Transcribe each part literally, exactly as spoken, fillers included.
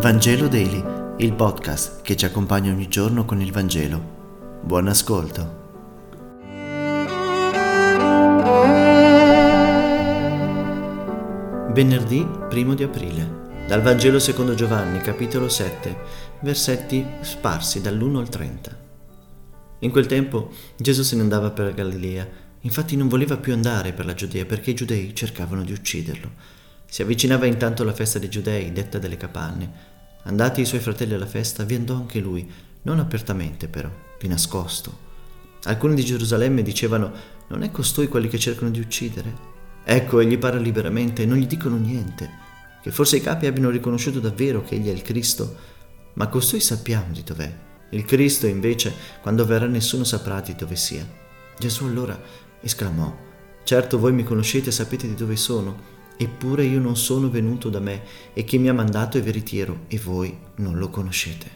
Vangelo Daily, il podcast che ci accompagna ogni giorno con il Vangelo. Buon ascolto. Venerdì primo di aprile. Dal Vangelo secondo Giovanni, capitolo sette, versetti sparsi dall'uno al trenta. In quel tempo Gesù se ne andava per Galilea, infatti non voleva più andare per la Giudea perché i giudei cercavano di ucciderlo. Si avvicinava intanto la festa dei Giudei, detta delle Capanne. Andati i suoi fratelli alla festa, vi andò anche lui, non apertamente però, di nascosto. Alcuni di Gerusalemme dicevano: non è costui quelli che cercano di uccidere? Ecco, egli parla liberamente e non gli dicono niente. Che forse i capi abbiano riconosciuto davvero che egli è il Cristo, ma costui sappiamo di dov'è. Il Cristo invece, quando verrà, nessuno saprà di dove sia. Gesù allora esclamò: certo voi mi conoscete e sapete di dove sono, eppure io non sono venuto da me, e chi mi ha mandato è veritiero, e voi non lo conoscete.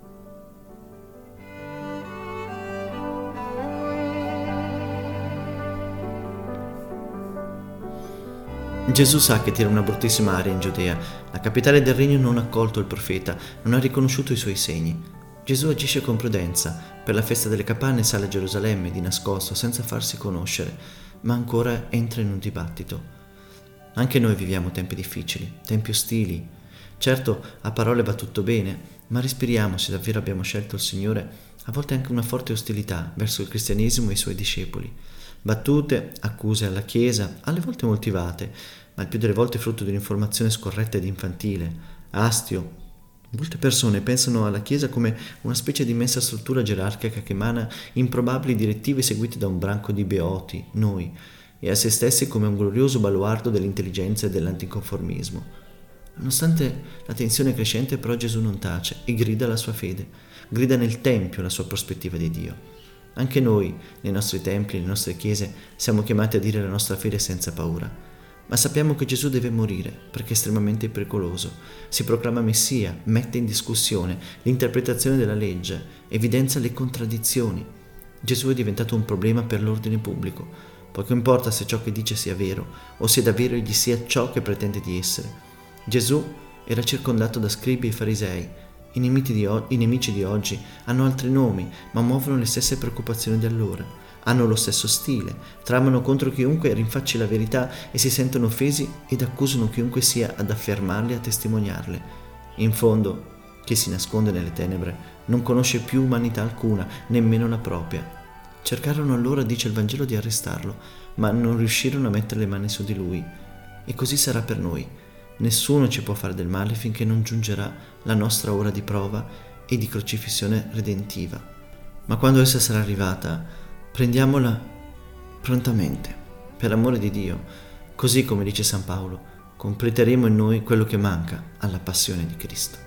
Gesù sa che tira una bruttissima aria in Giudea. La capitale del regno non ha accolto il profeta, non ha riconosciuto i suoi segni. Gesù agisce con prudenza. Per la festa delle Capanne sale a Gerusalemme di nascosto, senza farsi conoscere, ma ancora entra in un dibattito. Anche noi viviamo tempi difficili, tempi ostili. Certo, a parole va tutto bene, ma respiriamo se davvero abbiamo scelto il Signore, a volte anche una forte ostilità verso il cristianesimo e i suoi discepoli. Battute, accuse alla Chiesa, alle volte motivate, ma il più delle volte frutto di un'informazione scorretta ed infantile. Astio. Molte persone pensano alla Chiesa come una specie di immensa struttura gerarchica che emana improbabili direttive seguite da un branco di beoti, noi, e a se stessi come un glorioso baluardo dell'intelligenza e dell'anticonformismo. Nonostante la tensione crescente, però, Gesù non tace e grida la sua fede, grida nel Tempio la sua prospettiva di Dio. Anche noi, nei nostri templi, nelle nostre chiese, siamo chiamati a dire la nostra fede senza paura. Ma sappiamo che Gesù deve morire perché è estremamente pericoloso. Si proclama Messia, mette in discussione l'interpretazione della legge, evidenzia le contraddizioni. Gesù è diventato un problema per l'ordine pubblico. Poco importa se ciò che dice sia vero o se davvero egli sia ciò che pretende di essere. Gesù era circondato da scribi e farisei. I nemici di, o- i nemici di oggi hanno altri nomi, ma muovono le stesse preoccupazioni di allora. Hanno lo stesso stile, tramano contro chiunque rinfacci la verità e si sentono offesi ed accusano chiunque sia ad affermarle e a testimoniarle. In fondo, chi si nasconde nelle tenebre non conosce più umanità alcuna, nemmeno la propria. Cercarono allora, dice il Vangelo, di arrestarlo, ma non riuscirono a mettere le mani su di lui. E così sarà per noi. Nessuno ci può fare del male finché non giungerà la nostra ora di prova e di crocifissione redentiva. Ma quando essa sarà arrivata, prendiamola prontamente, per amore di Dio, così come dice San Paolo, completeremo in noi quello che manca alla passione di Cristo.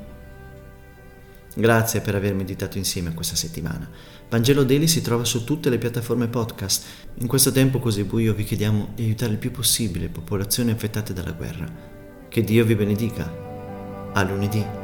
Grazie per aver meditato insieme questa settimana. Vangelo Daily si trova su tutte le piattaforme podcast. In questo tempo così buio vi chiediamo di aiutare il più possibile le popolazioni affettate dalla guerra. Che Dio vi benedica. A lunedì.